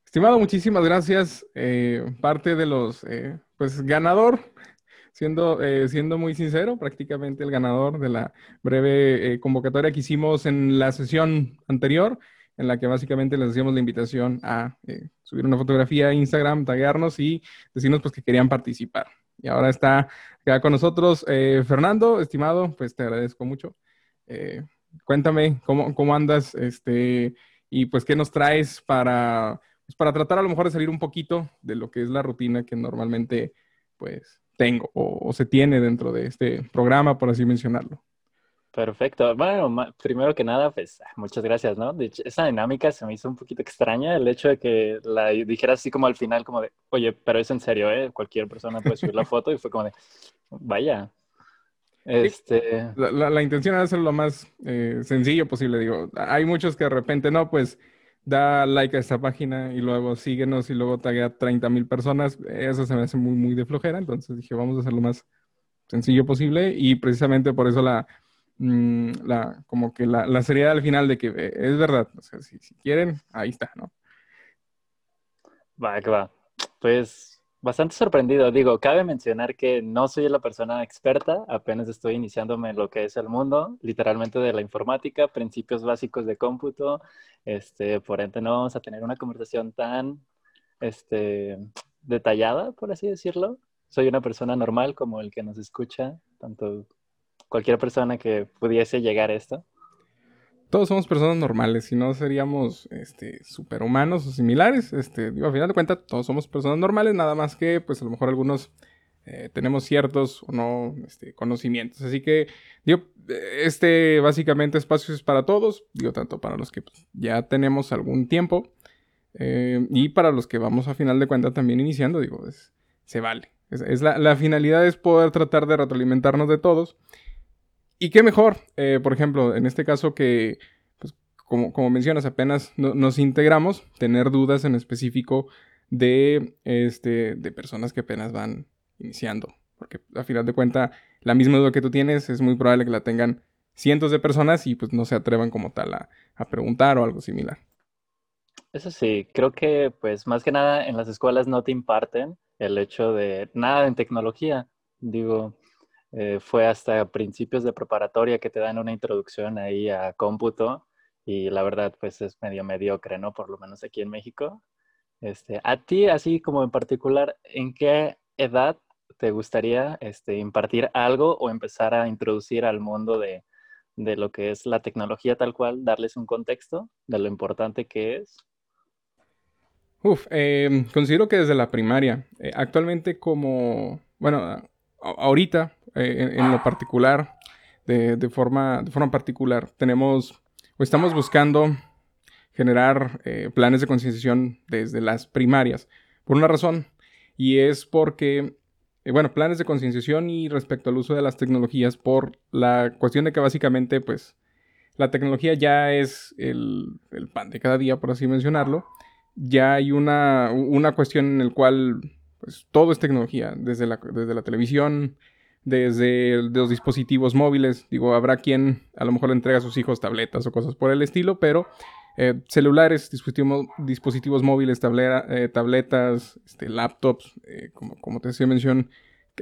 Estimado, muchísimas gracias. Parte de los, pues ganador, siendo muy sincero, prácticamente el ganador de la breve convocatoria que hicimos en la sesión anterior, en la que básicamente les hacíamos la invitación a subir una fotografía a Instagram, taguearnos y decirnos pues que querían participar. Y ahora está acá con nosotros Fernando, estimado, pues te agradezco mucho. Eh, Cuéntame cómo andas, y pues qué nos traes pues para tratar a lo mejor de salir un poquito de lo que es la rutina que normalmente pues tengo o se tiene dentro de este programa, por así mencionarlo. Perfecto. Bueno, primero que nada, pues muchas gracias, ¿no? De hecho, esa dinámica se me hizo un poquito extraña, el hecho de que la dijeras así como al final, como de, oye, pero es en serio, ¿eh? Cualquier persona puede subir la foto y fue como de, vaya, Sí, este, la intención era hacerlo lo más sencillo posible. Digo, hay muchos que de repente no, pues da like a esta página y luego síguenos y luego taguea 30,000 personas. Eso se me hace muy de flojera. Entonces dije, vamos a hacerlo lo más sencillo posible y precisamente por eso como que la seriedad al final de que es verdad. O sea, si quieren, ahí está, ¿no? va, que va. Pues bastante sorprendido. Digo, cabe mencionar que no soy la persona experta, apenas estoy iniciándome en lo que es el mundo, literalmente de la informática, principios básicos de cómputo. Por ende, no vamos a tener una conversación tan, este, detallada, por así decirlo. Soy una persona normal como el que nos escucha, tanto cualquier persona que pudiese llegar a esto. Todos somos personas normales, si no seríamos superhumanos o similares. Digo, a final de cuentas, todos somos personas normales, nada más que, pues a lo mejor algunos tenemos ciertos o no conocimientos. Así que, digo, básicamente espacio es para todos, digo, tanto para los que pues, ya tenemos algún tiempo y para los que vamos a final de cuentas también iniciando, digo, se vale. La finalidad es poder tratar de retroalimentarnos de todos. Y qué mejor, por ejemplo, en este caso que, pues, como mencionas, apenas nos integramos, tener dudas en específico de personas que apenas van iniciando. Porque a final de cuentas, la misma duda que tú tienes es muy probable que la tengan cientos de personas y pues no se atrevan como tal a preguntar o algo similar. Eso sí, creo que pues más que nada en las escuelas no te imparten el hecho de nada en tecnología. Digo, fue hasta principios de preparatoria que te dan una introducción ahí a cómputo y la verdad pues es medio mediocre, ¿no? Por lo menos aquí en México. A ti, así como en particular, ¿en qué edad te gustaría impartir algo o empezar a introducir al mundo de lo que es la tecnología tal cual, darles un contexto de lo importante que es? Uf, considero que desde la primaria, actualmente bueno, ahorita, en lo particular, de forma particular, tenemos o estamos buscando generar planes de concienciación desde las primarias, por una razón, y es porque, bueno, planes de concienciación y respecto al uso de las tecnologías, por la cuestión de que básicamente, pues, la tecnología ya es el pan de cada día, por así mencionarlo. Ya hay una cuestión en la cual pues, todo es tecnología, desde la televisión, desde los dispositivos móviles. Digo, habrá quien a lo mejor le entrega a sus hijos tabletas o cosas por el estilo, pero celulares, dispositivos móviles, tabletas, laptops, como te decía mención,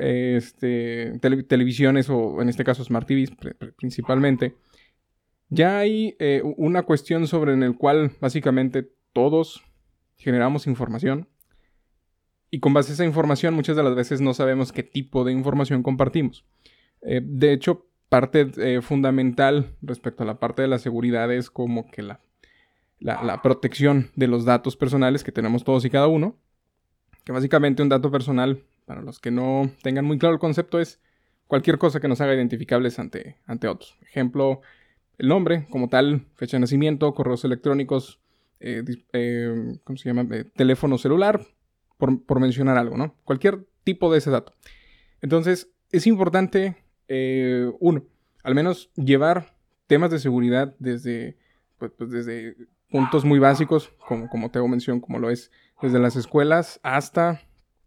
televisiones o en este caso Smart TVs principalmente. Ya hay una cuestión sobre en el cual básicamente todos generamos información y con base a esa información muchas de las veces no sabemos qué tipo de información compartimos. De hecho, parte fundamental respecto a la parte de la seguridad es como que la protección de los datos personales que tenemos todos y cada uno. Que básicamente un dato personal, para los que no tengan muy claro el concepto, es cualquier cosa que nos haga identificables ante otros. Ejemplo, el nombre como tal, fecha de nacimiento, correos electrónicos, ¿cómo se llama? Teléfono celular, por mencionar algo, ¿no? Cualquier tipo de ese dato. Entonces, es importante, uno, al menos llevar temas de seguridad desde puntos muy básicos, como te hago mención, como lo es desde las escuelas hasta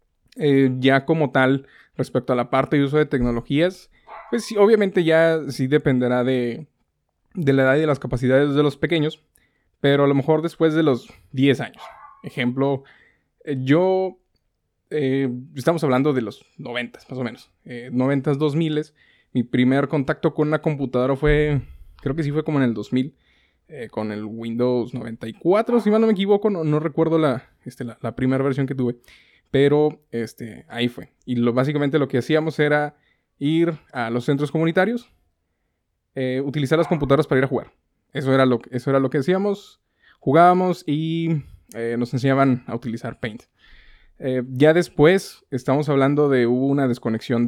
ya como tal, respecto a la parte de uso de tecnologías, pues sí, obviamente ya sí dependerá de la edad y de las capacidades de los pequeños, pero a lo mejor después de los 10 años. Ejemplo, yo, estamos hablando de los 90 más o menos, 90s, 2000. Mi primer contacto con una computadora fue, creo que sí fue como en el 2000, con el Windows 94, si mal no me equivoco, no recuerdo la primera versión que tuve, pero ahí fue. Y básicamente lo que hacíamos era ir a los centros comunitarios, utilizar las computadoras para ir a jugar. Eso era lo que hacíamos. Jugábamos y nos enseñaban a utilizar Paint. Ya después, estamos hablando hubo una desconexión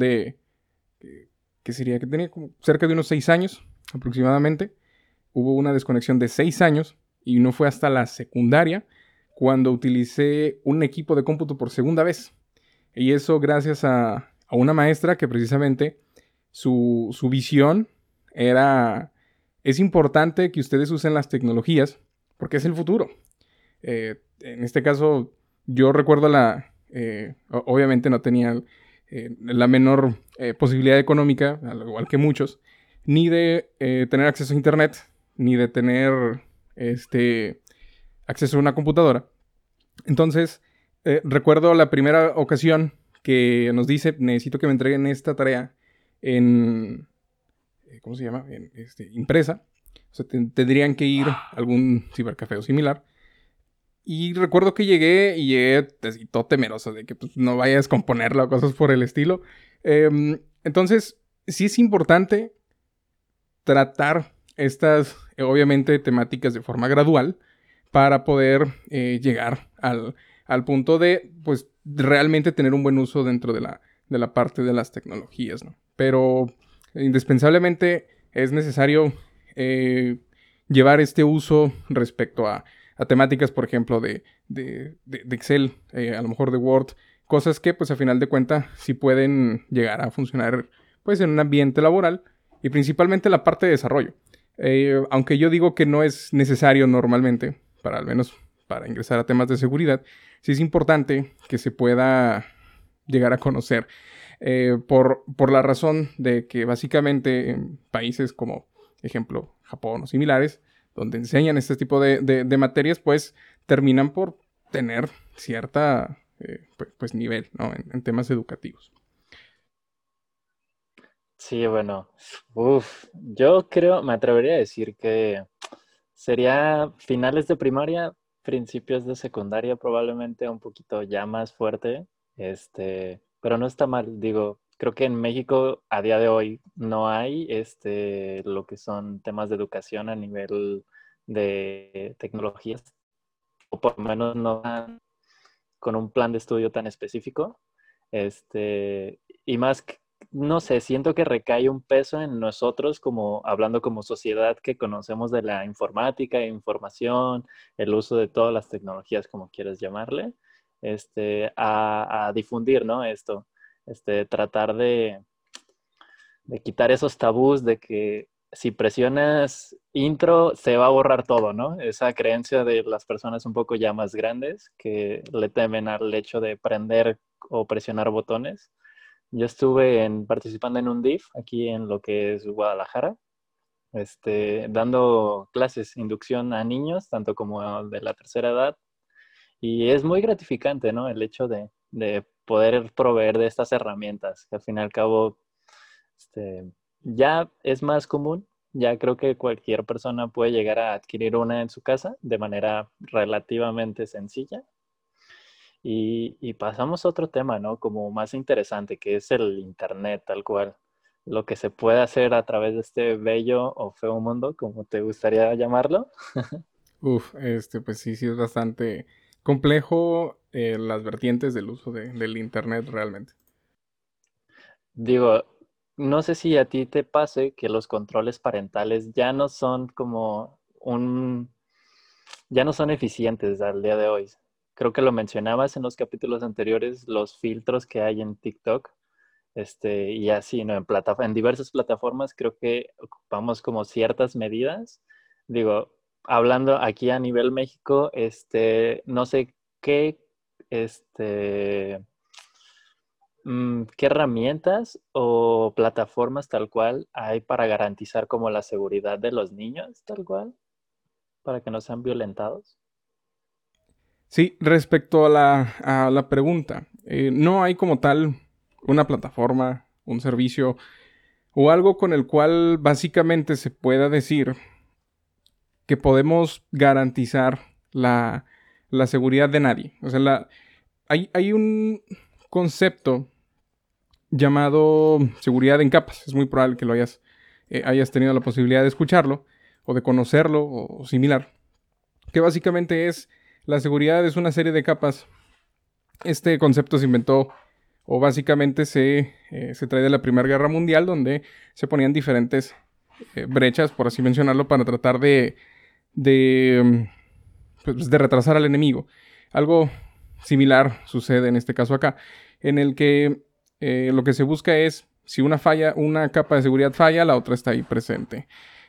¿qué sería? Que tenía como cerca de unos 6 años aproximadamente. Hubo una desconexión de 6 años y no fue hasta la secundaria cuando utilicé un equipo de cómputo por segunda vez. Y eso gracias a una maestra que precisamente su visión era: es importante que ustedes usen las tecnologías porque es el futuro. En este caso, yo recuerdo obviamente no tenía la menor posibilidad económica, al igual que muchos, ni de tener acceso a internet, ni de tener acceso a una computadora. Entonces, recuerdo la primera ocasión que nos dice: necesito que me entreguen esta tarea en, ¿cómo se llama? Impresa. O sea, tendrían que ir a algún cibercafé o similar. Y recuerdo que llegué así todo temeroso de que pues, no vaya a descomponerla o cosas por el estilo. Entonces, sí es importante tratar estas, obviamente, temáticas de forma gradual para poder llegar al punto de, pues, realmente tener un buen uso dentro de la parte de las tecnologías, ¿no? Pero indispensablemente es necesario llevar este uso respecto a temáticas, por ejemplo, de Excel, a lo mejor de Word, cosas que, pues, a final de cuentas, sí pueden llegar a funcionar, pues, en un ambiente laboral y principalmente la parte de desarrollo. Aunque yo digo que no es necesario normalmente, al menos para ingresar a temas de seguridad, sí es importante que se pueda llegar a conocer. Por la razón de que básicamente en países como, ejemplo, Japón o similares, donde enseñan este tipo de materias, pues terminan por tener cierta pues nivel, ¿no? En temas educativos. Sí, bueno, yo creo, me atrevería a decir que sería finales de primaria, principios de secundaria, probablemente un poquito ya más fuerte, pero no está mal, digo, creo que en México a día de hoy no hay, lo que son temas de educación a nivel de tecnologías, o por lo menos no con un plan de estudio tan específico. Y más, no sé, siento que recae un peso en nosotros como hablando como sociedad que conocemos de la informática, información, el uso de todas las tecnologías, como quieras llamarle, a difundir, ¿no? Esto, tratar de quitar esos tabús de que si presionas intro se va a borrar todo, ¿no? Esa creencia de las personas un poco ya más grandes que le temen al hecho de prender o presionar botones. Yo estuve participando en un DIF aquí en lo que es Guadalajara, dando clases, inducción a niños, tanto como de la tercera edad, y es muy gratificante, ¿no? El hecho de poder proveer de estas herramientas, que al fin y al cabo ya es más común. Ya creo que cualquier persona puede llegar a adquirir una en su casa de manera relativamente sencilla. Y pasamos a otro tema, ¿no? Como más interesante, que es el Internet, tal cual. Lo que se puede hacer a través de este bello o feo mundo, como te gustaría llamarlo. Pues sí, sí es bastante complejo las vertientes del uso del internet realmente. Digo, no sé si a ti te pase que los controles parentales ya no son como ya no son eficientes al día de hoy. Creo que lo mencionabas en los capítulos anteriores, los filtros que hay en TikTok, y así, ¿no? En diversas plataformas creo que ocupamos como ciertas medidas. Digo, hablando aquí a nivel México, no sé qué, este, qué herramientas o plataformas tal cual hay para garantizar como la seguridad de los niños tal cual, para que no sean violentados. Sí, respecto a la pregunta, no hay como tal una plataforma, un servicio o algo con el cual básicamente se pueda decir que podemos garantizar la seguridad de nadie. O sea, hay un concepto llamado seguridad en capas. Es muy probable que lo hayas tenido la posibilidad de escucharlo o de conocerlo o similar. Que básicamente es la seguridad es una serie de capas. Este concepto se inventó o básicamente se trae de la Primera Guerra Mundial, donde se ponían diferentes brechas, por así mencionarlo, para tratar de, pues, de retrasar al enemigo. Algo similar sucede en este caso acá, en el que lo que se busca es, si una capa de seguridad falla, la otra está ahí presente.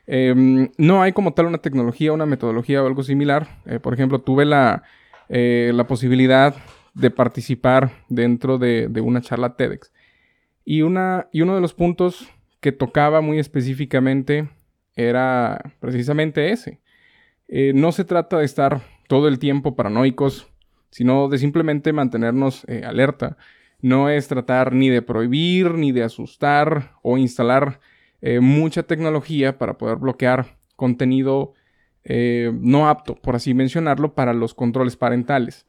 No hay como tal una tecnología, una metodología o algo similar. Por ejemplo, tuve la posibilidad de participar dentro de una charla TEDx. Y uno de los puntos que tocaba muy específicamente era precisamente ese. No se trata de estar todo el tiempo paranoicos, sino de simplemente mantenernos alerta. No es tratar ni de prohibir, ni de asustar o instalar mucha tecnología para poder bloquear contenido no apto, por así mencionarlo, para los controles parentales.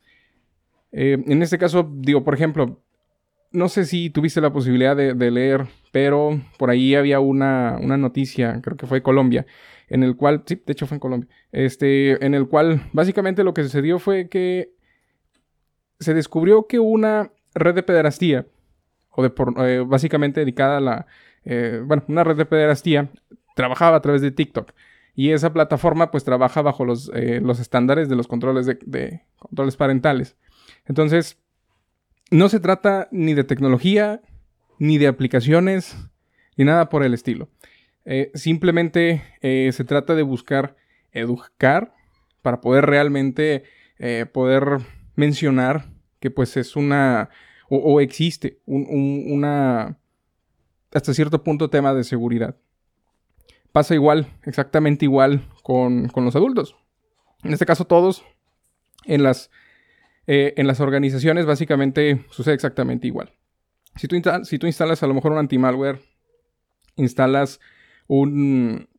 En este caso, digo, por ejemplo, no sé si tuviste la posibilidad de leer, pero por ahí había una noticia, creo que fue de Colombia, en el cual, sí, de hecho fue en Colombia, en el cual básicamente lo que sucedió fue que se descubrió que una red de pederastía, básicamente dedicada a una red de pederastía, trabajaba a través de TikTok. Y esa plataforma pues trabaja bajo los estándares de los controles de controles parentales. Entonces, no se trata ni de tecnología, ni de aplicaciones, ni nada por el estilo. Simplemente se trata de buscar educar para poder realmente poder mencionar que pues es o existe una hasta cierto punto tema de seguridad. Pasa igual, exactamente igual con los adultos. En este caso todos en las organizaciones básicamente sucede exactamente igual. Si tú instalas a lo mejor un anti-malware, instalas un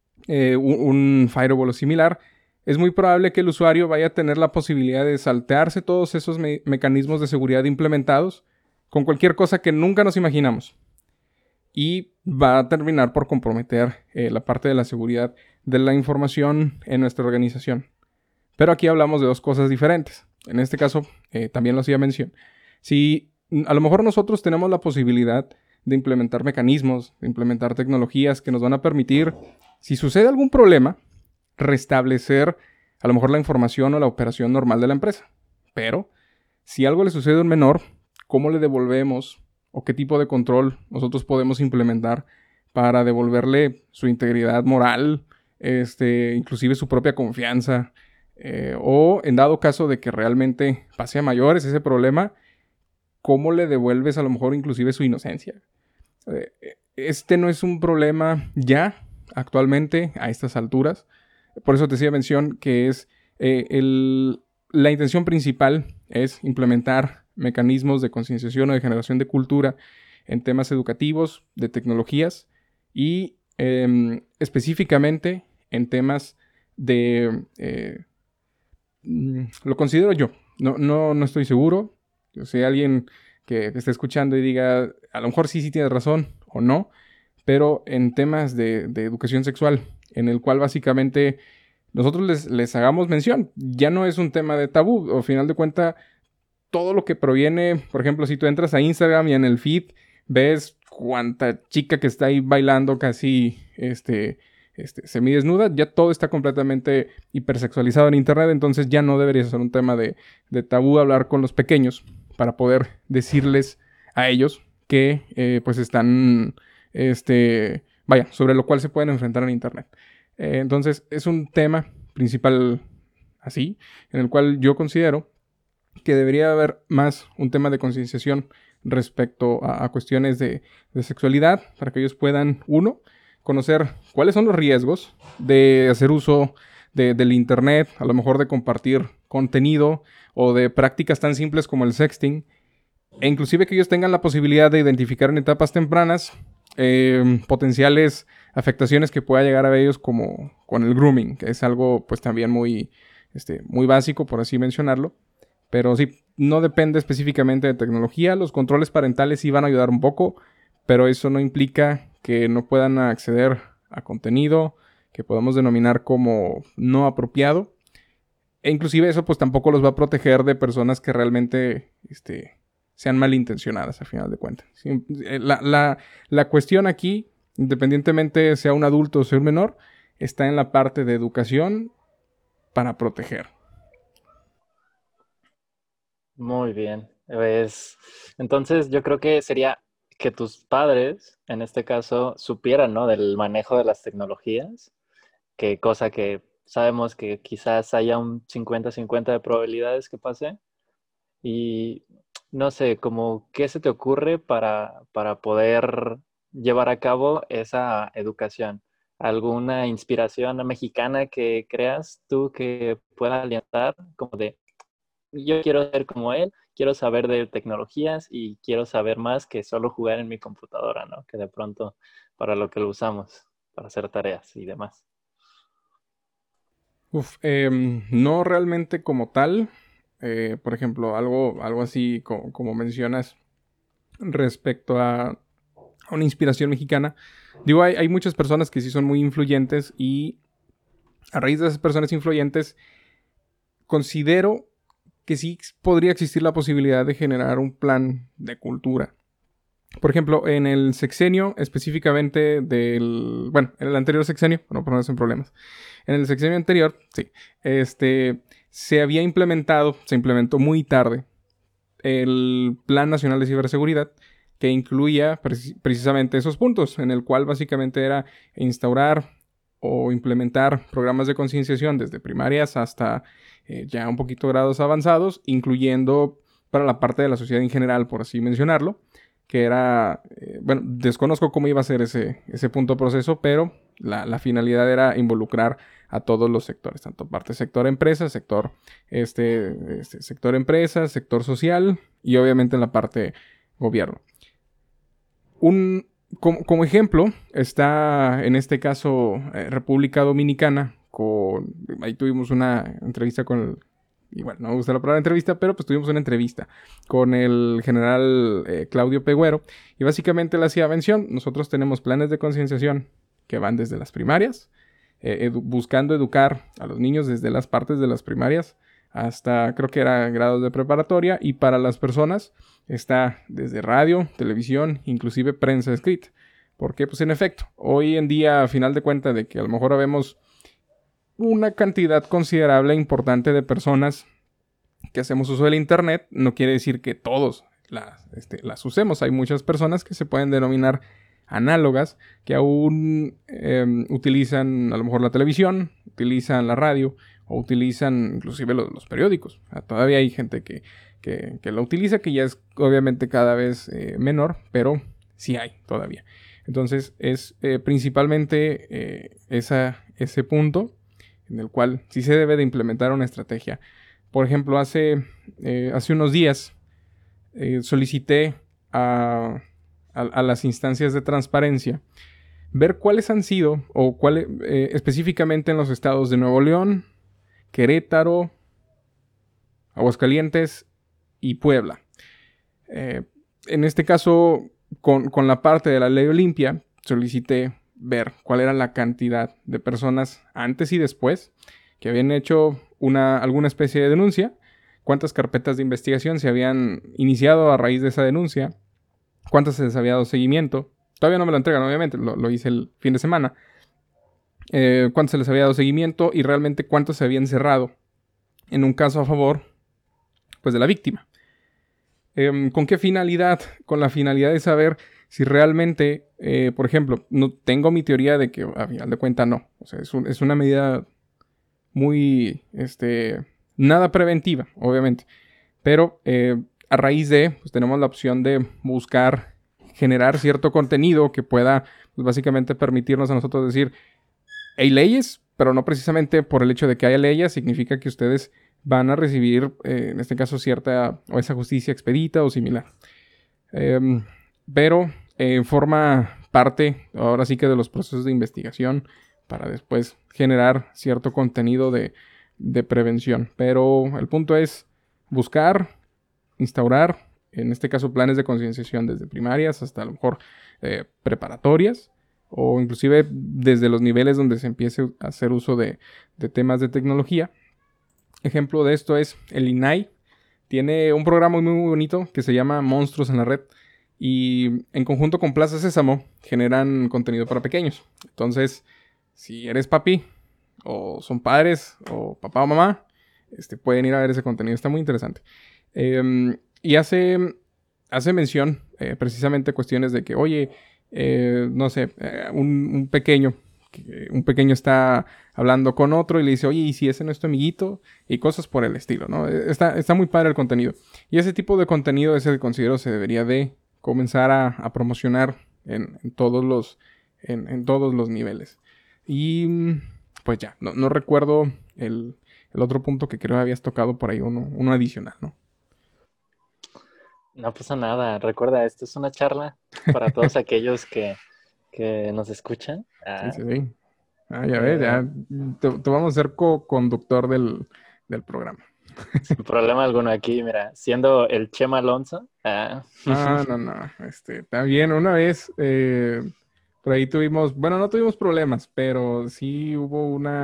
firewall o similar, es muy probable que el usuario vaya a tener la posibilidad de saltearse todos esos mecanismos de seguridad implementados con cualquier cosa que nunca nos imaginamos. Y va a terminar por comprometer la parte de la seguridad de la información en nuestra organización. Pero aquí hablamos de dos cosas diferentes. En este caso, también lo hacía mención. Si a lo mejor nosotros tenemos la posibilidad de implementar mecanismos, de implementar tecnologías que nos van a permitir, si sucede algún problema, restablecer a lo mejor la información o la operación normal de la empresa. Pero, si algo le sucede a un menor, ¿cómo le devolvemos o qué tipo de control nosotros podemos implementar para devolverle su integridad moral, inclusive su propia confianza? O en dado caso de que realmente pase a mayores ese problema, ¿cómo le devuelves a lo mejor inclusive su inocencia? Este no es un problema ya, actualmente, a estas alturas. Por eso te hacía mención que es la intención principal es implementar mecanismos de concienciación o de generación de cultura en temas educativos, de tecnologías y específicamente en temas de... lo considero yo. No estoy seguro. Yo sé alguien que esté escuchando y diga, a lo mejor sí tienes razón o no, pero en temas de educación sexual, en el cual básicamente nosotros les hagamos mención, ya no es un tema de tabú, o al final de cuentas, todo lo que proviene, por ejemplo, si tú entras a Instagram y en el feed ves cuánta chica que está ahí bailando casi semidesnuda, ya todo está completamente hipersexualizado en internet, entonces ya no debería ser un tema de tabú hablar con los pequeños para poder decirles a ellos que pues están, sobre lo cual se pueden enfrentar en internet. Entonces es un tema principal así, en el cual yo considero que debería haber más un tema de concienciación respecto a cuestiones de sexualidad para que ellos puedan, uno, conocer cuáles son los riesgos de hacer uso del internet, a lo mejor de compartir contenido o de prácticas tan simples como el sexting, e inclusive que ellos tengan la posibilidad de identificar en etapas tempranas potenciales afectaciones que pueda llegar a ellos como con el grooming, que es algo pues también muy básico, por así mencionarlo. Pero sí, no depende específicamente de tecnología. Los controles parentales sí van a ayudar un poco, pero eso no implica que no puedan acceder a contenido que podemos denominar como no apropiado. E inclusive eso pues tampoco los va a proteger de personas que realmente sean malintencionadas, al final de cuentas. Sí, la cuestión aquí, independientemente sea un adulto o sea un menor, está en la parte de educación para proteger. Muy bien. Pues, entonces yo creo que sería que tus padres, en este caso, supieran, ¿no?, del manejo de las tecnologías, que cosa que sabemos que quizás haya un 50-50 de probabilidades que pase. Y no sé, como, ¿qué se te ocurre para poder llevar a cabo esa educación? ¿Alguna inspiración mexicana que creas tú que pueda alientar como de yo quiero ser como él, quiero saber de tecnologías y quiero saber más que solo jugar en mi computadora, ¿no? Que de pronto para lo que lo usamos, para hacer tareas y demás. No realmente como tal. Por ejemplo, algo así como mencionas respecto a una inspiración mexicana. Digo, hay muchas personas que sí son muy influyentes y a raíz de esas personas influyentes considero que sí podría existir la posibilidad de generar un plan de cultura. Por ejemplo, en el sexenio específicamente bueno, en el anterior sexenio, para no ponernos en problemas. En el sexenio anterior, sí, se implementó muy tarde el Plan Nacional de Ciberseguridad, que incluía precisamente esos puntos, en el cual básicamente era instaurar o implementar programas de concienciación desde primarias hasta ya un poquito grados avanzados, incluyendo para la parte de la sociedad en general, por así mencionarlo, que era, bueno, desconozco cómo iba a ser ese punto proceso, pero la finalidad era involucrar a todos los sectores, tanto parte sector empresa, sector empresa, sector social y obviamente en la parte gobierno. Como ejemplo está en este caso República Dominicana. Ahí tuvimos una entrevista y bueno, no me gusta la palabra entrevista, pero pues tuvimos una entrevista con el general Claudio Pegüero, y básicamente le hacía mención: nosotros tenemos planes de concienciación que van desde las primarias, buscando educar a los niños desde las partes de las primarias hasta, creo que era grados de preparatoria, y para las personas está desde radio, televisión, inclusive prensa escrita. Porque, pues en efecto, hoy en día, a final de cuentas, de que a lo mejor vemos una cantidad considerable e importante de personas que hacemos uso del internet, no quiere decir que todos las usemos. Hay muchas personas que se pueden denominar análogas, que aún utilizan a lo mejor la televisión, utilizan la radio o utilizan inclusive los periódicos. O sea, todavía hay gente que la utiliza, que ya es obviamente cada vez menor, pero sí hay todavía. Entonces es principalmente ese punto en el cual sí se debe de implementar una estrategia. Por ejemplo, hace unos días solicité a las instancias de transparencia ver cuáles han sido, o cuáles específicamente en los estados de Nuevo León, Querétaro, Aguascalientes y Puebla. En este caso, con la parte de la ley Olimpia, solicité ver cuál era la cantidad de personas antes y después que habían hecho alguna especie de denuncia, cuántas carpetas de investigación se habían iniciado a raíz de esa denuncia, cuántas se les había dado seguimiento. Todavía no me lo entregan, obviamente, lo hice el fin de semana. Cuántas se les había dado seguimiento y realmente cuántos se habían cerrado en un caso a favor, pues, de la víctima. ¿Con qué finalidad? Con la finalidad de saber si realmente, por ejemplo, no tengo mi teoría de que a final de cuentas no. O sea, es una medida muy, nada preventiva, obviamente. Pero a raíz de, pues tenemos la opción de buscar generar cierto contenido que pueda, pues, básicamente permitirnos a nosotros decir, hay leyes, pero no precisamente por el hecho de que haya leyes significa que ustedes van a recibir, en este caso, cierta o esa justicia expedita o similar. Pero forma parte, ahora sí que de los procesos de investigación para después generar cierto contenido de prevención. Pero el punto es buscar, instaurar, en este caso, planes de concienciación desde primarias hasta a lo mejor preparatorias, o inclusive desde los niveles donde se empiece a hacer uso de temas de tecnología. Ejemplo de esto es el INAI. Tiene un programa muy, muy bonito que se llama Monstruos en la Red. Y en conjunto con Plaza Sésamo generan contenido para pequeños. Entonces, si eres papi, o son padres, o papá o mamá, pueden ir a ver ese contenido. Está muy interesante. Y hace mención precisamente cuestiones de que, oye, no sé, un pequeño está hablando con otro y le dice, oye, ¿y si ese no es tu amiguito? Y cosas por el estilo, ¿no? Está muy padre el contenido. Y ese tipo de contenido es el que considero se debería de comenzar a promocionar en todos los niveles. Y pues ya, no recuerdo el otro punto que creo habías tocado por ahí, uno adicional, ¿no? No pasa nada. Recuerda, esto es una charla para todos aquellos que nos escuchan. Sí. Ya ves, ya te vamos a ser co-conductor del programa. Sin problema alguno aquí, mira, siendo el Chema Alonso. No. También una vez por ahí tuvimos, bueno, no tuvimos problemas, pero sí hubo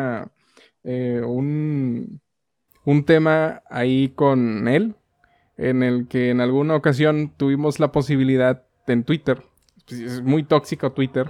un tema ahí con él, en el que en alguna ocasión tuvimos la posibilidad en Twitter, pues, es muy tóxico Twitter,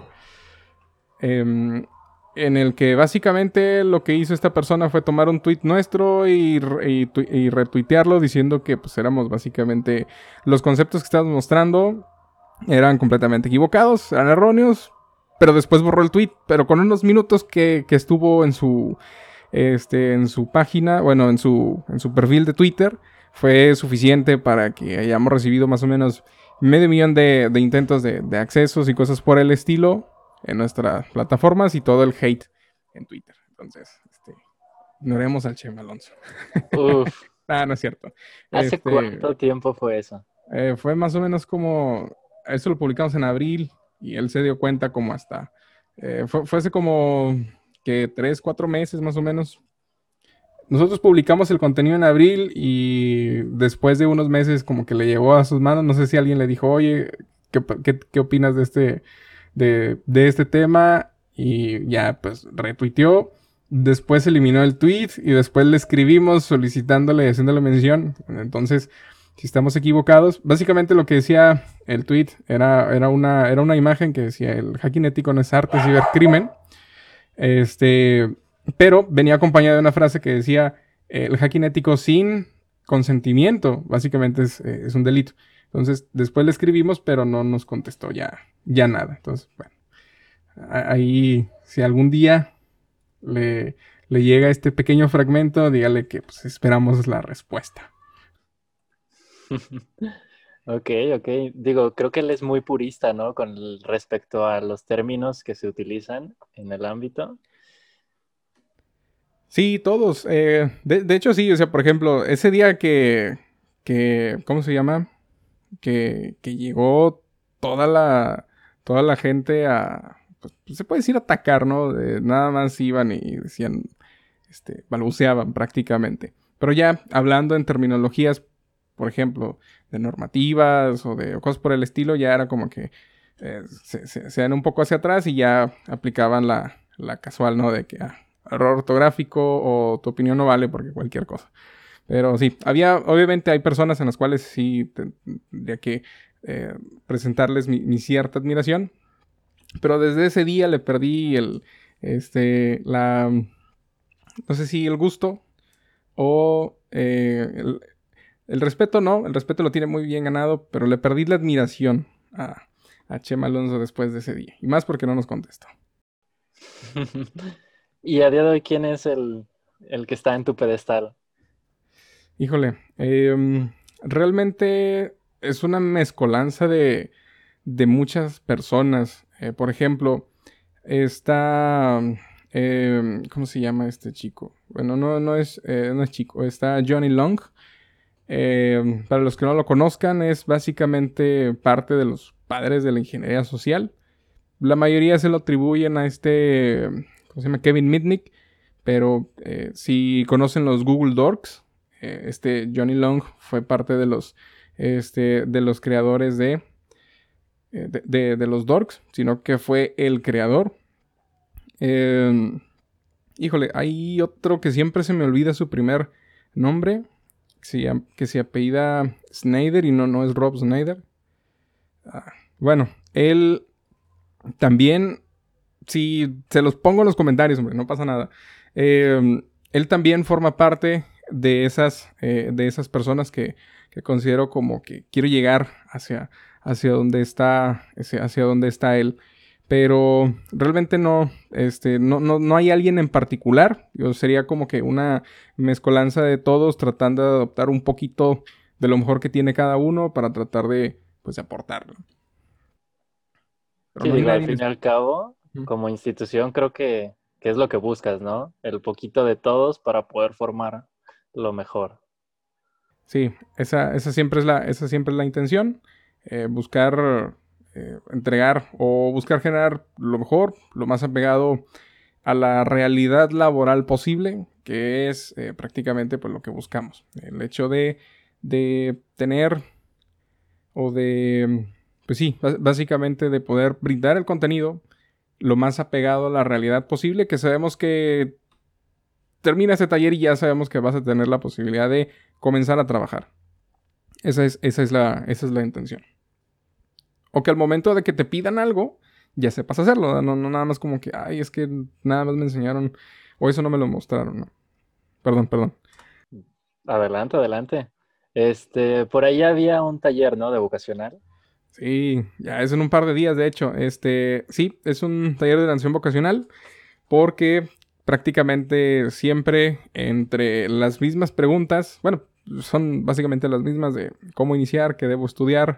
en el que básicamente lo que hizo esta persona fue tomar un tweet nuestro y retuitearlo diciendo que pues éramos básicamente los conceptos que estábamos mostrando eran completamente equivocados, eran erróneos, pero después borró el tweet, pero con unos minutos que estuvo en su página, bueno, en su perfil de Twitter, fue suficiente para que hayamos recibido más o menos 500,000 de intentos de accesos y cosas por el estilo en nuestras plataformas y todo el hate en Twitter. Entonces, ignoremos al Chema Alonso. Uf, No es cierto. ¿hace cuánto tiempo fue eso? Fue más o menos como, eso lo publicamos en abril y él se dio cuenta como hasta, fue hace como que 3, 4 meses más o menos. Nosotros publicamos el contenido en abril y después de unos meses como que le llegó a sus manos. No sé si alguien le dijo, oye, ¿qué opinas de este tema? Y ya, pues, retuiteó. Después eliminó el tweet y después le escribimos solicitándole, haciéndole mención. Entonces, si estamos equivocados, básicamente lo que decía el tweet era una imagen que decía, el hacking ético no es arte, es cibercrimen. Pero venía acompañada de una frase que decía, el hacking ético sin consentimiento, básicamente es un delito. Entonces, después le escribimos, pero no nos contestó ya nada. Entonces, bueno, ahí, si algún día le llega este pequeño fragmento, dígale que pues, esperamos la respuesta. Ok. Digo, creo que él es muy purista, ¿no? Respecto a los términos que se utilizan en el ámbito. Sí, todos. De hecho, sí. O sea, por ejemplo, ese día que ¿cómo se llama? Que llegó toda la gente a, pues, se puede decir atacar, ¿no? Nada más iban y decían, balbuceaban prácticamente. Pero ya hablando en terminologías, por ejemplo, de normativas o de cosas por el estilo, ya era como que se dan un poco hacia atrás y ya aplicaban la casual, ¿no? De que error ortográfico o tu opinión no vale porque cualquier cosa. Pero sí, obviamente hay personas en las cuales sí tendría que presentarles mi cierta admiración. Pero desde ese día le perdí no sé si el gusto o el respeto, no. El respeto lo tiene muy bien ganado, pero le perdí la admiración a Chema Alonso después de ese día. Y más porque no nos contestó. Y a día de hoy, ¿quién es el que está en tu pedestal? Híjole, realmente es una mezcolanza de muchas personas. Por ejemplo, está ¿Cómo se llama este chico? Bueno, no es chico. Está Johnny Long. Para los que no lo conozcan, es básicamente parte de los padres de la ingeniería social. La mayoría se lo atribuyen a ¿cómo se llama? Kevin Mitnick. Pero si conocen los Google Dorks, Johnny Long fue parte de los creadores de los Dorks, sino que fue el creador. Híjole, hay otro que siempre se me olvida su primer nombre, que se apellida Snyder y no es Rob Snyder. Bueno, él también, si se los pongo en los comentarios, hombre, no pasa nada. Él también forma parte de esas personas que considero como que quiero llegar hacia donde está él. Pero realmente no hay alguien en particular. Yo sería como que una mezcolanza de todos tratando de adoptar un poquito de lo mejor que tiene cada uno para tratar de, pues, aportarlo. Pero sí, no digo, al fin y al cabo, como institución creo que es lo que buscas, ¿no? El poquito de todos para poder formar lo mejor. Sí, esa siempre es la intención. Buscar entregar o buscar generar lo mejor, lo más apegado a la realidad laboral posible, que es prácticamente pues lo que buscamos. El hecho de tener o de, pues sí, básicamente de poder brindar el contenido lo más apegado a la realidad posible, que sabemos que termina ese taller y ya sabemos que vas a tener la posibilidad de comenzar a trabajar. Esa es la intención. O que al momento de que te pidan algo, ya sepas hacerlo. No nada más como que, ay, es que nada más me enseñaron, o eso no me lo mostraron, ¿no? Perdón. Adelante. Por ahí había un taller, ¿no? De vocacional. Sí, ya es en un par de días, de hecho. Sí, es un taller de orientación vocacional porque prácticamente siempre entre las mismas preguntas, bueno, son básicamente las mismas de cómo iniciar, qué debo estudiar,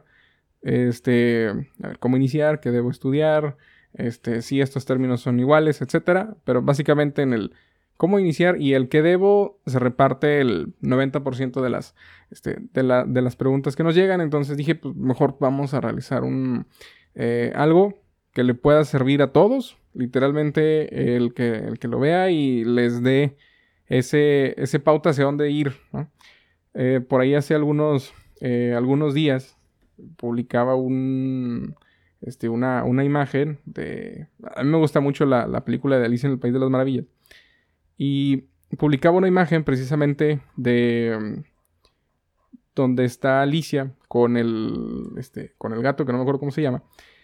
a ver, cómo iniciar, qué debo estudiar, si estos términos son iguales, etcétera, pero básicamente en el cómo iniciar y el qué debo se reparte el 90% de las preguntas que nos llegan. Entonces dije, pues mejor vamos a realizar algo que le pueda servir a todos, literalmente el que lo vea y les dé ese pauta hacia dónde ir, ¿no? Por ahí hace algunos días publicaba una imagen de... A mí me gusta mucho la película de Alicia en el País de las Maravillas. Y publicaba una imagen precisamente de donde está Alicia con el gato, que no me acuerdo cómo se llama.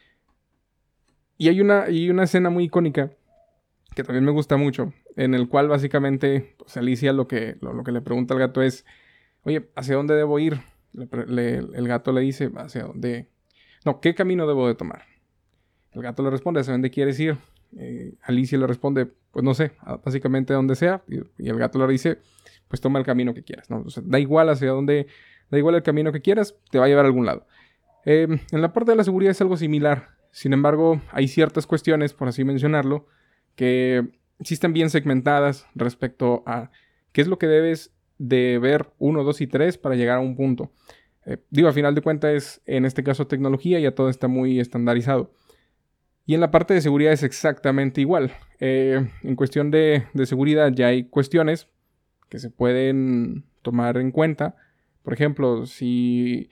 Y hay una escena muy icónica que también me gusta mucho, en el cual básicamente pues, Alicia lo que le pregunta al gato es, oye, ¿hacia dónde debo ir? El gato le dice, ¿hacia dónde? No, ¿qué camino debo de tomar? El gato le responde, ¿hacia dónde quieres ir? Alicia le responde, pues no sé, básicamente donde sea. Y el gato le dice, pues toma el camino que quieras, ¿no? O sea, da igual el camino que quieras, te va a llevar a algún lado. En la parte de la seguridad es algo similar. Sin embargo, hay ciertas cuestiones, por así mencionarlo, que sí están bien segmentadas respecto a qué es lo que debes de ver 1, 2 y 3 para llegar a un punto. A final de cuentas es, en este caso, tecnología, ya todo está muy estandarizado. Y en la parte de seguridad es exactamente igual. En cuestión de seguridad ya hay cuestiones que se pueden tomar en cuenta. Por ejemplo, si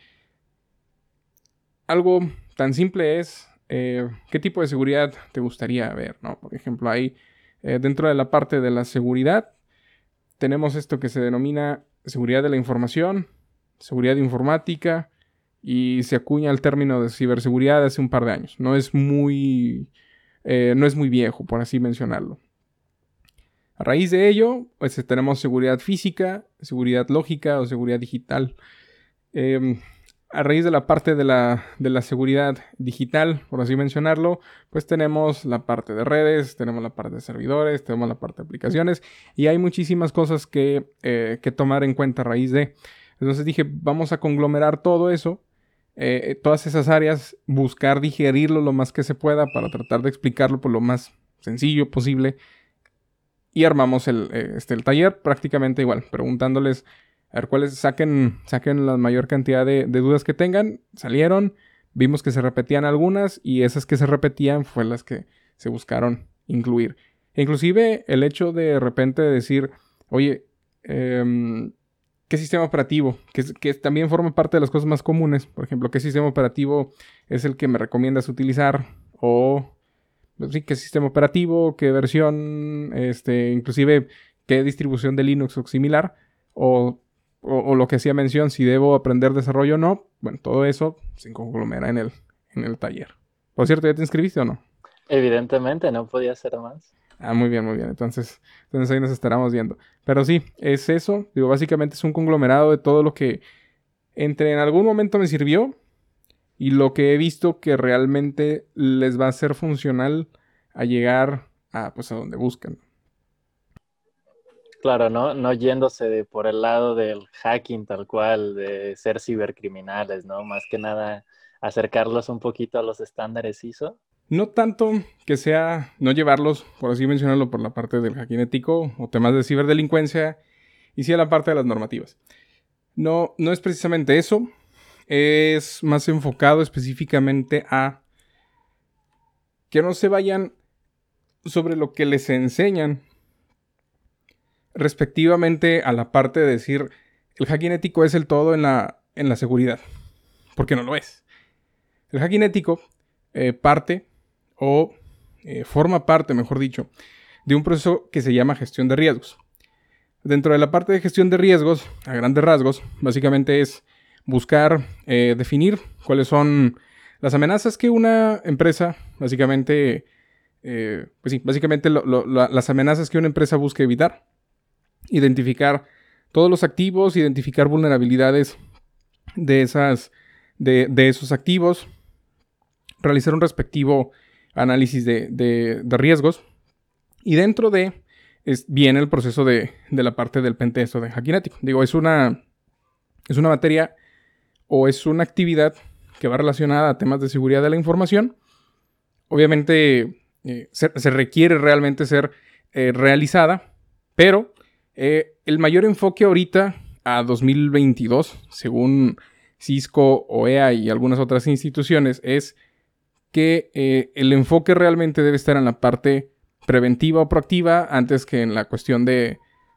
algo tan simple es qué tipo de seguridad te gustaría ver, ¿no? Por ejemplo, ahí dentro de la parte de la seguridad tenemos esto que se denomina seguridad de la información, seguridad informática, y se acuña el término de ciberseguridad hace un par de años. No es muy viejo, por así mencionarlo. A raíz de ello, pues tenemos seguridad física, seguridad lógica o seguridad digital. A raíz de la parte de la seguridad digital, por así mencionarlo, pues tenemos la parte de redes, tenemos la parte de servidores, tenemos la parte de aplicaciones y hay muchísimas cosas que tomar en cuenta a raíz de. Entonces dije, vamos a conglomerar todo eso, todas esas áreas, buscar digerirlo lo más que se pueda para tratar de explicarlo por lo más sencillo posible Y armamos el taller prácticamente igual, preguntándoles a ver cuáles saquen la mayor cantidad de dudas que tengan. Salieron, vimos que se repetían algunas y esas que se repetían fue las que se buscaron incluir. E inclusive el hecho de repente decir, oye, ¿qué sistema operativo? Que también forma parte de las cosas más comunes. Por ejemplo, ¿qué sistema operativo es el que me recomiendas utilizar? O, sí, ¿qué sistema operativo? ¿Qué versión? Inclusive, ¿qué distribución de Linux o similar? O lo que hacía mención, si debo aprender desarrollo o no. Bueno, todo eso se conglomera en el taller. Por cierto, ¿ya te inscribiste o no? Evidentemente, no podía ser más. Ah, muy bien, muy bien. Entonces ahí nos estaremos viendo. Pero sí, es eso. Digo, básicamente es un conglomerado de todo lo que en algún momento me sirvió y lo que he visto que realmente les va a ser funcional a llegar a donde buscan. Claro, no yéndose por el lado del hacking tal cual, de ser cibercriminales, ¿no? Más que nada acercarlos un poquito a los estándares ISO. No tanto que sea no llevarlos, por así mencionarlo, por la parte del hacking ético o temas de ciberdelincuencia, y sí a la parte de las normativas. No es precisamente eso. Es más enfocado específicamente a que no se vayan sobre lo que les enseñan respectivamente a la parte de decir el hacking ético es el todo en la seguridad, porque no lo es. El hacking ético parte o forma parte, mejor dicho, de un proceso que se llama gestión de riesgos. Dentro de la parte de gestión de riesgos, a grandes rasgos, básicamente es buscar definir cuáles son las amenazas que una empresa, básicamente, las amenazas que una empresa busca evitar, identificar todos los activos, identificar vulnerabilidades de esos activos, realizar un respectivo análisis de riesgos, y dentro de viene el proceso de la parte del pentest o de hacking ético. Digo, es una materia o es una actividad que va relacionada a temas de seguridad de la información. Obviamente se requiere realmente ser realizada, pero el mayor enfoque ahorita a 2022, según Cisco, OEA y algunas otras instituciones, es que el enfoque realmente debe estar en la parte preventiva o proactiva antes que en la cuestión de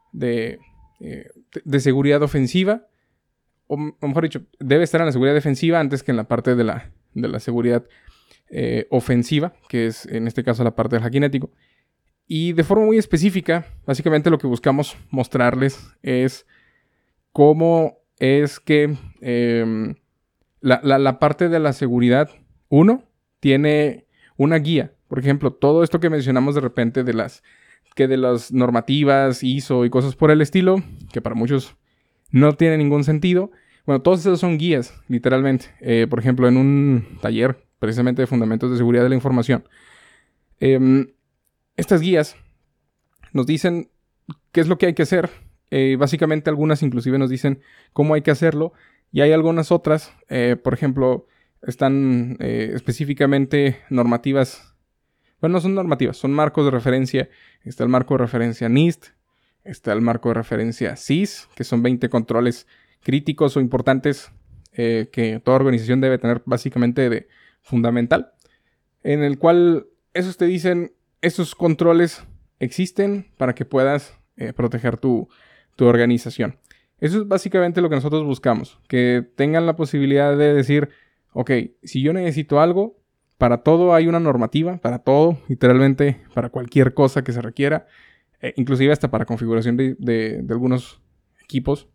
seguridad ofensiva. O mejor dicho, debe estar en la seguridad defensiva antes que en la parte de la seguridad ofensiva, que es en este caso la parte del hacking ético. Y de forma muy específica, básicamente lo que buscamos mostrarles es cómo es que la parte de la seguridad, tiene una guía. Por ejemplo, todo esto que mencionamos de repente de las normativas, ISO y cosas por el estilo, que para muchos no tiene ningún sentido. Bueno, todos esos son guías, literalmente. Por ejemplo, en un taller precisamente de fundamentos de seguridad de la información, estas guías nos dicen qué es lo que hay que hacer. Básicamente algunas inclusive nos dicen cómo hay que hacerlo. Y hay algunas otras, por ejemplo, están específicamente normativas. Bueno, no son normativas, son marcos de referencia. Está el marco de referencia NIST. Está el marco de referencia CIS, que son 20 controles críticos o importantes que toda organización debe tener básicamente de fundamental. En el cual esos te dicen, estos controles existen para que puedas proteger tu organización. Eso es básicamente lo que nosotros buscamos. Que tengan la posibilidad de decir, ok, si yo necesito algo, para todo hay una normativa, para todo, literalmente para cualquier cosa que se requiera, inclusive hasta para configuración de algunos equipos.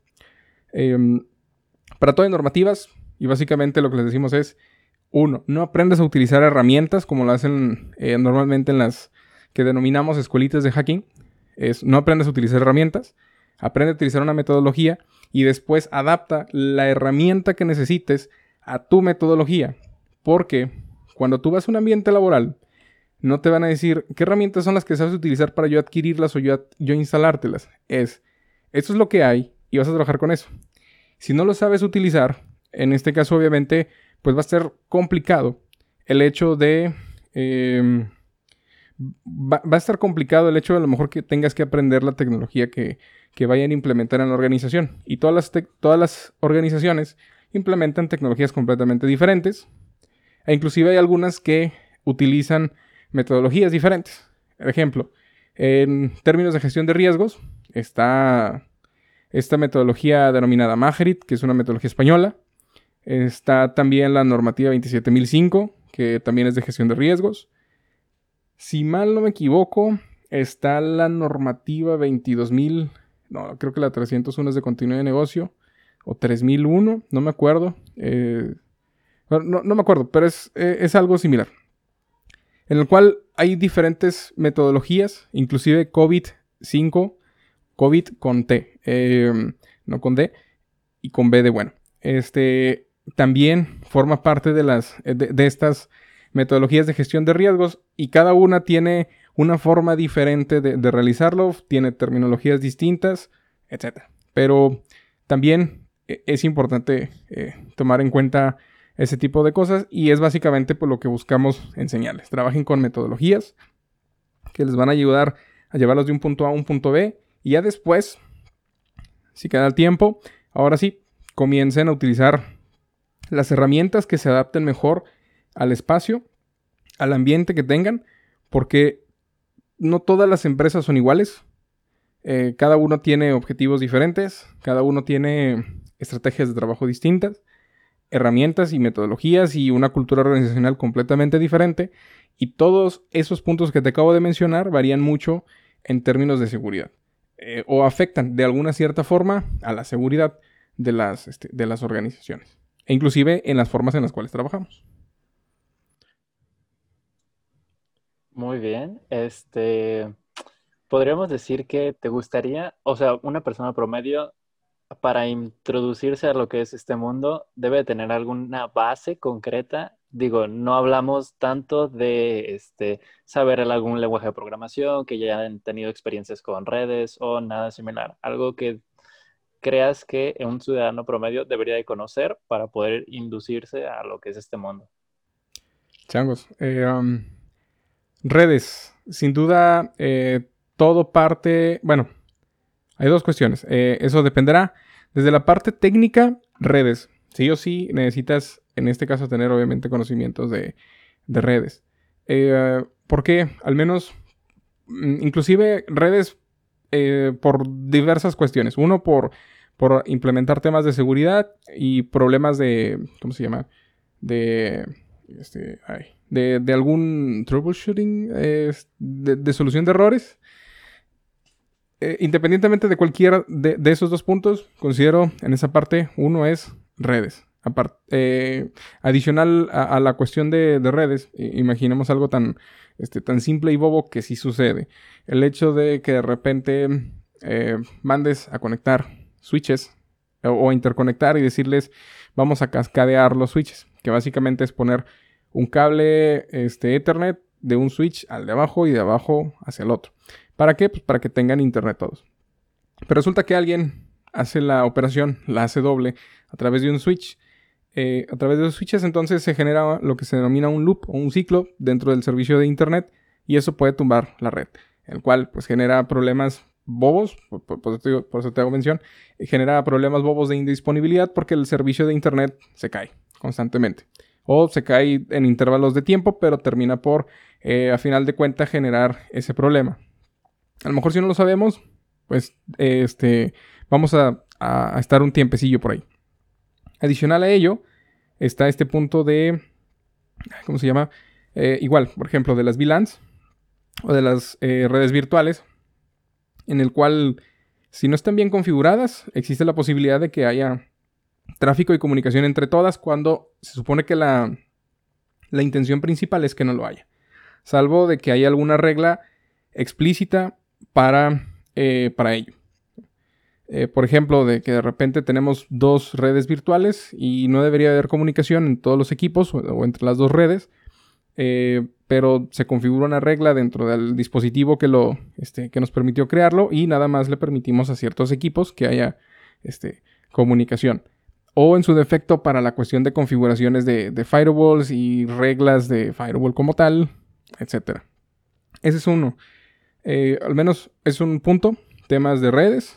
Para todo hay normativas y básicamente lo que les decimos es, no aprendas a utilizar herramientas como lo hacen normalmente en las que denominamos escuelitas de hacking. No aprendas a utilizar herramientas, aprende a utilizar una metodología y después adapta la herramienta que necesites a tu metodología. Porque cuando tú vas a un ambiente laboral, no te van a decir qué herramientas son las que sabes utilizar para yo adquirirlas o yo instalártelas. Esto es lo que hay y vas a trabajar con eso. Si no lo sabes utilizar, en este caso obviamente, pues va a ser complicado el hecho de va a estar complicado el hecho de a lo mejor que tengas que aprender la tecnología que vayan a implementar en la organización. Y todas las organizaciones implementan tecnologías completamente diferentes. E inclusive hay algunas que utilizan metodologías diferentes. Por ejemplo, en términos de gestión de riesgos, está esta metodología denominada Magerit, que es una metodología española. Está también la normativa 27005, que también es de gestión de riesgos. Si mal no me equivoco, está la normativa 22000, no, creo que la 301 es de continuidad de negocio, o 3001, no me acuerdo. No me acuerdo, pero es algo similar. En el cual hay diferentes metodologías, inclusive COVID-5, COVID con T, no con D, y con B de bueno. También forma parte de estas metodologías de gestión de riesgos y cada una tiene una forma diferente de realizarlo, tiene terminologías distintas, etc. Pero también es importante tomar en cuenta ese tipo de cosas y es básicamente por lo que buscamos enseñarles. Trabajen con metodologías que les van a ayudar a llevarlos de un punto A a un punto B y ya después, si queda el tiempo, ahora sí, comiencen a utilizar las herramientas que se adapten mejor al espacio, al ambiente que tengan, porque no todas las empresas son iguales. Cada uno tiene objetivos diferentes, cada uno tiene estrategias de trabajo distintas, herramientas y metodologías y una cultura organizacional completamente diferente. Y todos esos puntos que te acabo de mencionar varían mucho en términos de seguridad. O afectan de alguna cierta forma a la seguridad de las organizaciones. E inclusive en las formas en las cuales trabajamos. Muy bien. Podríamos decir que te gustaría, o sea, una persona promedio para introducirse a lo que es este mundo debe tener alguna base concreta. Digo, no hablamos tanto de saber algún lenguaje de programación, que ya hayan tenido experiencias con redes o nada similar. Algo que creas que un ciudadano promedio debería de conocer para poder inducirse a lo que es este mundo. Changos. Redes. Sin duda, todo parte... Bueno, hay dos cuestiones. Eso dependerá. Desde la parte técnica, redes. Sí o sí necesitas, en este caso, tener obviamente conocimientos de redes. Porque al menos, inclusive redes por diversas cuestiones. Uno, por implementar temas de seguridad y problemas de... ¿Cómo se llama? De algún troubleshooting, de solución de errores. Independientemente de cualquiera de esos dos puntos, considero en esa parte, uno es redes. Adicional a la cuestión de redes, imaginemos algo tan simple y bobo que sí sucede. El hecho de que de repente mandes a conectar switches o interconectar y decirles vamos a cascadear los switches, que básicamente es poner un cable Ethernet de un switch al de abajo y de abajo hacia el otro. ¿Para qué? Pues para que tengan internet todos. Pero resulta que alguien hace la operación, la hace doble a través de un switch. A través de los switches entonces se genera lo que se denomina un loop o un ciclo dentro del servicio de internet y eso puede tumbar la red, el cual pues genera problemas bobos, por eso te hago mención, genera problemas bobos de indisponibilidad porque el servicio de internet se cae constantemente. O se cae en intervalos de tiempo, pero termina por, a final de cuentas, generar ese problema. A lo mejor si no lo sabemos, pues vamos a estar un tiempecillo por ahí. Adicional a ello, está este punto de... ¿Cómo se llama? Igual, por ejemplo, de las VLANs o de las redes virtuales, en el cual, si no están bien configuradas, existe la posibilidad de que haya tráfico y comunicación entre todas cuando se supone que la intención principal es que no lo haya. Salvo de que haya alguna regla explícita para ello. Por ejemplo, de que de repente tenemos dos redes virtuales y no debería haber comunicación en todos los equipos o entre las dos redes, pero se configura una regla dentro del dispositivo que nos permitió crearlo y nada más le permitimos a ciertos equipos que haya comunicación. O en su defecto para la cuestión de configuraciones de firewalls y reglas de firewall como tal, etc. Ese es uno. Al menos es un punto. Temas de redes.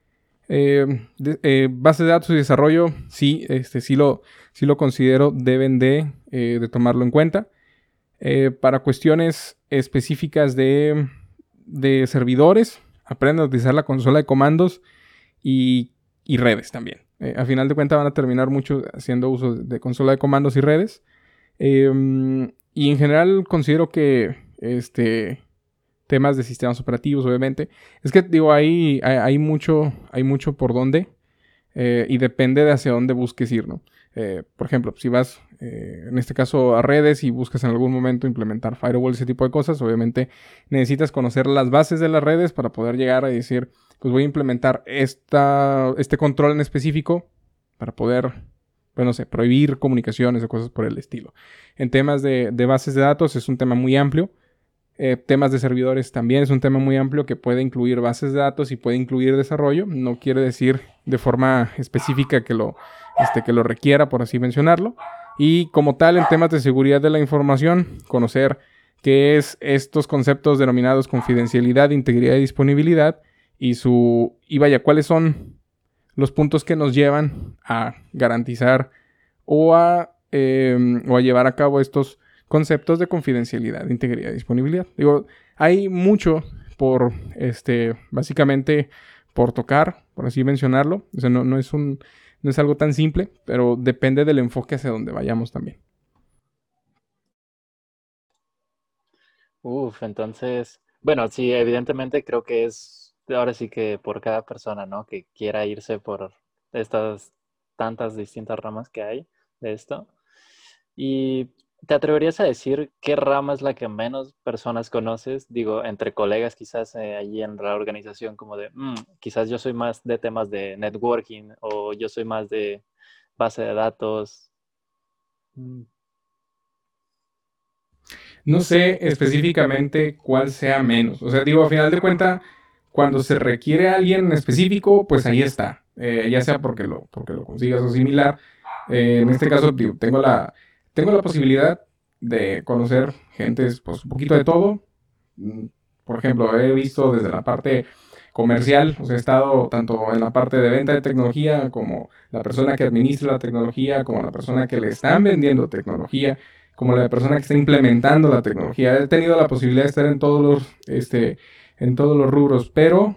Bases de datos y desarrollo, sí, sí lo considero, deben de tomarlo en cuenta. Para cuestiones específicas de servidores, aprenden a utilizar la consola de comandos y redes también. A final de cuentas van a terminar mucho haciendo uso de consola de comandos y redes. Y en general considero que temas de sistemas operativos, obviamente. Es que, digo, hay mucho por dónde y depende de hacia dónde busques ir, ¿no? Por ejemplo, si vas, en este caso, a redes y buscas en algún momento implementar firewall, ese tipo de cosas, obviamente necesitas conocer las bases de las redes para poder llegar a decir, pues voy a implementar este control en específico para poder, pues no sé, prohibir comunicaciones o cosas por el estilo. En temas de bases de datos es un tema muy amplio. Temas de servidores también es un tema muy amplio que puede incluir bases de datos y puede incluir desarrollo. No quiere decir de forma específica que lo requiera, por así mencionarlo. Y como tal, en temas de seguridad de la información, conocer qué es estos conceptos denominados confidencialidad, integridad y disponibilidad y vaya, cuáles son los puntos que nos llevan a garantizar o a llevar a cabo estos conceptos de confidencialidad, integridad y disponibilidad. Digo, hay mucho por, básicamente, por tocar, por así mencionarlo. O sea, no es algo tan simple, pero depende del enfoque hacia donde vayamos también. Entonces, bueno, sí, evidentemente creo que es ahora sí que por cada persona, ¿no? Que quiera irse por estas tantas distintas ramas que hay de esto. ¿Y te atreverías a decir qué rama es la que menos personas conoces? Digo, entre colegas quizás allí en la organización, como de, quizás yo soy más de temas de networking o yo soy más de base de datos. No sé específicamente cuál sea menos. O sea, digo, a final de cuentas, cuando se requiere a alguien en específico, pues ahí está. Ya sea porque lo consigas o similar. En este caso, digo, tengo la posibilidad de conocer gentes, pues un poquito de todo. Mm, Por ejemplo, he visto desde la parte comercial, o sea, he estado tanto en la parte de venta de tecnología como la persona que administra la tecnología, como la persona que le están vendiendo tecnología, como la persona que está implementando la tecnología. He tenido la posibilidad de estar en todos los rubros, pero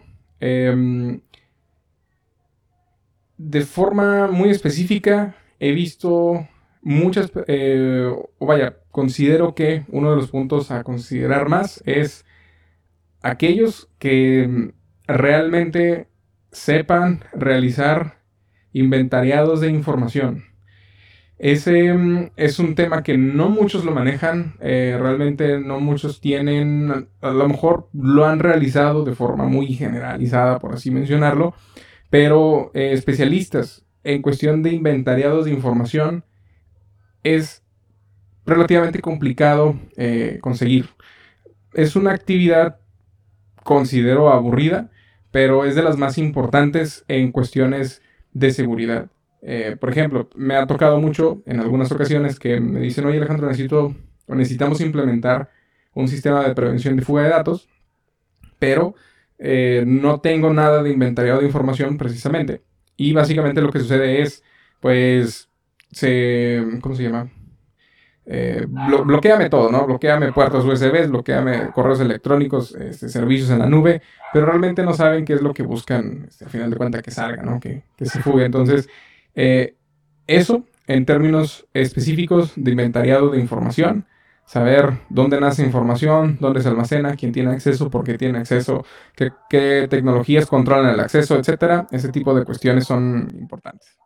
de forma muy específica he visto muchas, considero que uno de los puntos a considerar más es aquellos que realmente sepan realizar inventariados de información. Ese es un tema que no muchos lo manejan, realmente no muchos tienen, a lo mejor lo han realizado de forma muy generalizada, por así mencionarlo, pero especialistas en cuestión de inventariados de información es relativamente complicado conseguir. Es una actividad, considero, aburrida, pero es de las más importantes en cuestiones de seguridad. Por ejemplo, me ha tocado mucho en algunas ocasiones que me dicen, oye Alejandro, necesitamos implementar un sistema de prevención de fuga de datos, pero no tengo nada de inventariado de información precisamente. Y básicamente lo que sucede es, pues, ¿cómo se llama? Bloquéame todo, ¿no? Bloquéame puertos USB, bloquéame correos electrónicos, servicios en la nube, pero realmente no saben qué es lo que buscan, al final de cuentas, que salga, ¿no? Que se fugue. Entonces, eso, en términos específicos de inventariado de información, saber dónde nace información, dónde se almacena, quién tiene acceso, por qué tiene acceso, qué tecnologías controlan el acceso, etcétera. Ese tipo de cuestiones son importantes.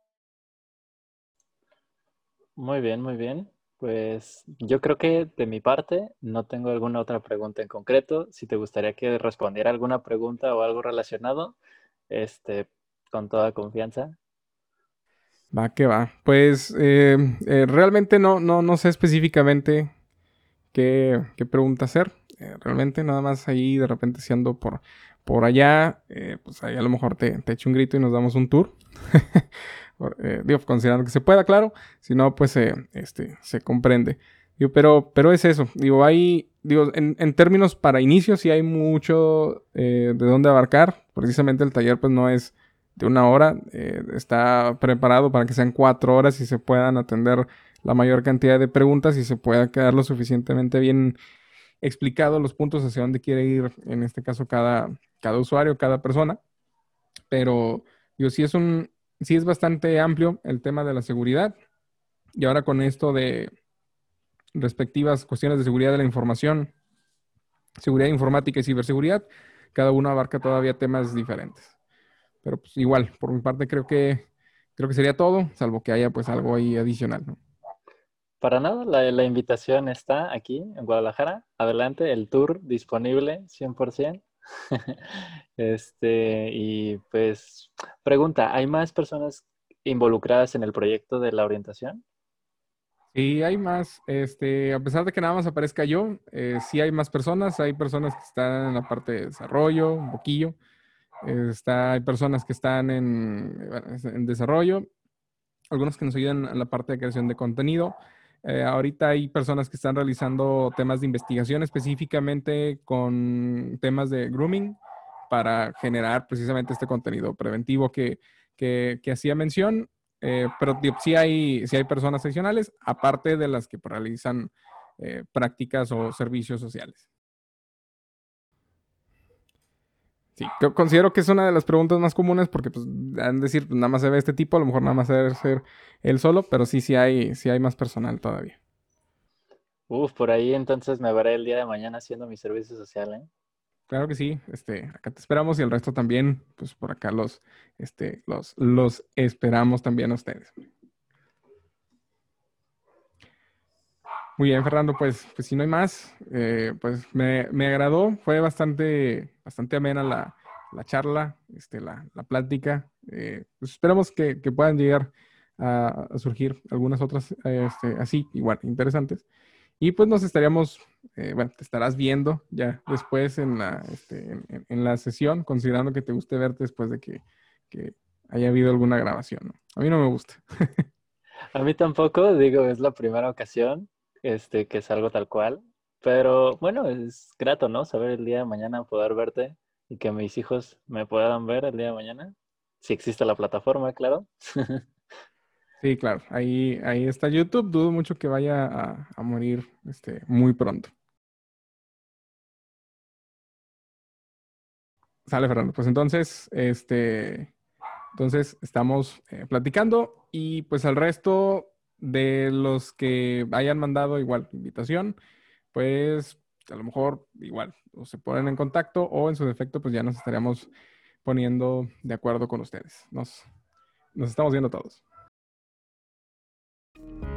Muy bien, muy bien. Pues yo creo que de mi parte no tengo alguna otra pregunta en concreto. Si te gustaría que respondiera alguna pregunta o algo relacionado, este, con toda confianza. Va que va. Pues realmente no sé específicamente qué pregunta hacer. Realmente nada más ahí de repente si ando por allá, pues ahí a lo mejor te echo un grito y nos damos un tour. Digo, considerando que se pueda, claro. Si no, pues se comprende. Digo, pero es eso. Digo, hay digo, en términos para inicio sí hay mucho de dónde abarcar. Precisamente el taller pues no es de 1 hora. Está preparado para que sean 4 horas y se puedan atender la mayor cantidad de preguntas y se pueda quedar lo suficientemente bien explicado los puntos hacia dónde quiere ir, en este caso, cada usuario, cada persona. Pero digo, sí es bastante amplio el tema de la seguridad. Y ahora con esto de respectivas cuestiones de seguridad de la información, seguridad informática y ciberseguridad, cada uno abarca todavía temas diferentes. Pero pues igual, por mi parte creo que sería todo, salvo que haya pues algo ahí adicional, ¿no? Para nada, la invitación está aquí en Guadalajara. Adelante, el tour disponible 100%. Y pues, pregunta, ¿hay más personas involucradas en el proyecto de la orientación? Y hay más, a pesar de que nada más aparezca yo, sí hay personas que están en la parte de desarrollo, un poquillo, hay personas que están en desarrollo, algunos que nos ayudan en la parte de creación de contenido. Ahorita hay personas que están realizando temas de investigación específicamente con temas de grooming para generar precisamente este contenido preventivo que hacía mención. Pero sí hay personas adicionales, aparte de las que realizan prácticas o servicios sociales. Sí, yo considero que es una de las preguntas más comunes porque, pues, han de decir, pues, nada más se ve este tipo, a lo mejor nada más debe ser él solo, pero sí hay más personal todavía. Uf, por ahí entonces me veré el día de mañana haciendo mi servicio social, ¿eh? Claro que sí, acá te esperamos y el resto también, pues por acá los esperamos también a ustedes. Muy bien, Fernando, pues si no hay más, pues me agradó, fue bastante amena la charla, la plática. Pues esperamos que puedan llegar a surgir algunas otras así, igual, interesantes. Y pues nos estaríamos, bueno, te estarás viendo ya después en la sesión, considerando que te guste verte después de que haya habido alguna grabación, ¿no? A mí no me gusta. A mí tampoco, digo, es la primera ocasión, que salgo tal cual, pero bueno, es grato, ¿no? Saber el día de mañana poder verte y que mis hijos me puedan ver el día de mañana, si existe la plataforma, claro. Sí, claro, ahí está YouTube, dudo mucho que vaya a morir muy pronto. Sale, Fernando. Pues entonces estamos platicando y pues al resto de los que hayan mandado igual invitación, pues a lo mejor igual o se ponen en contacto o en su defecto pues ya nos estaríamos poniendo de acuerdo con ustedes. Nos estamos viendo todos.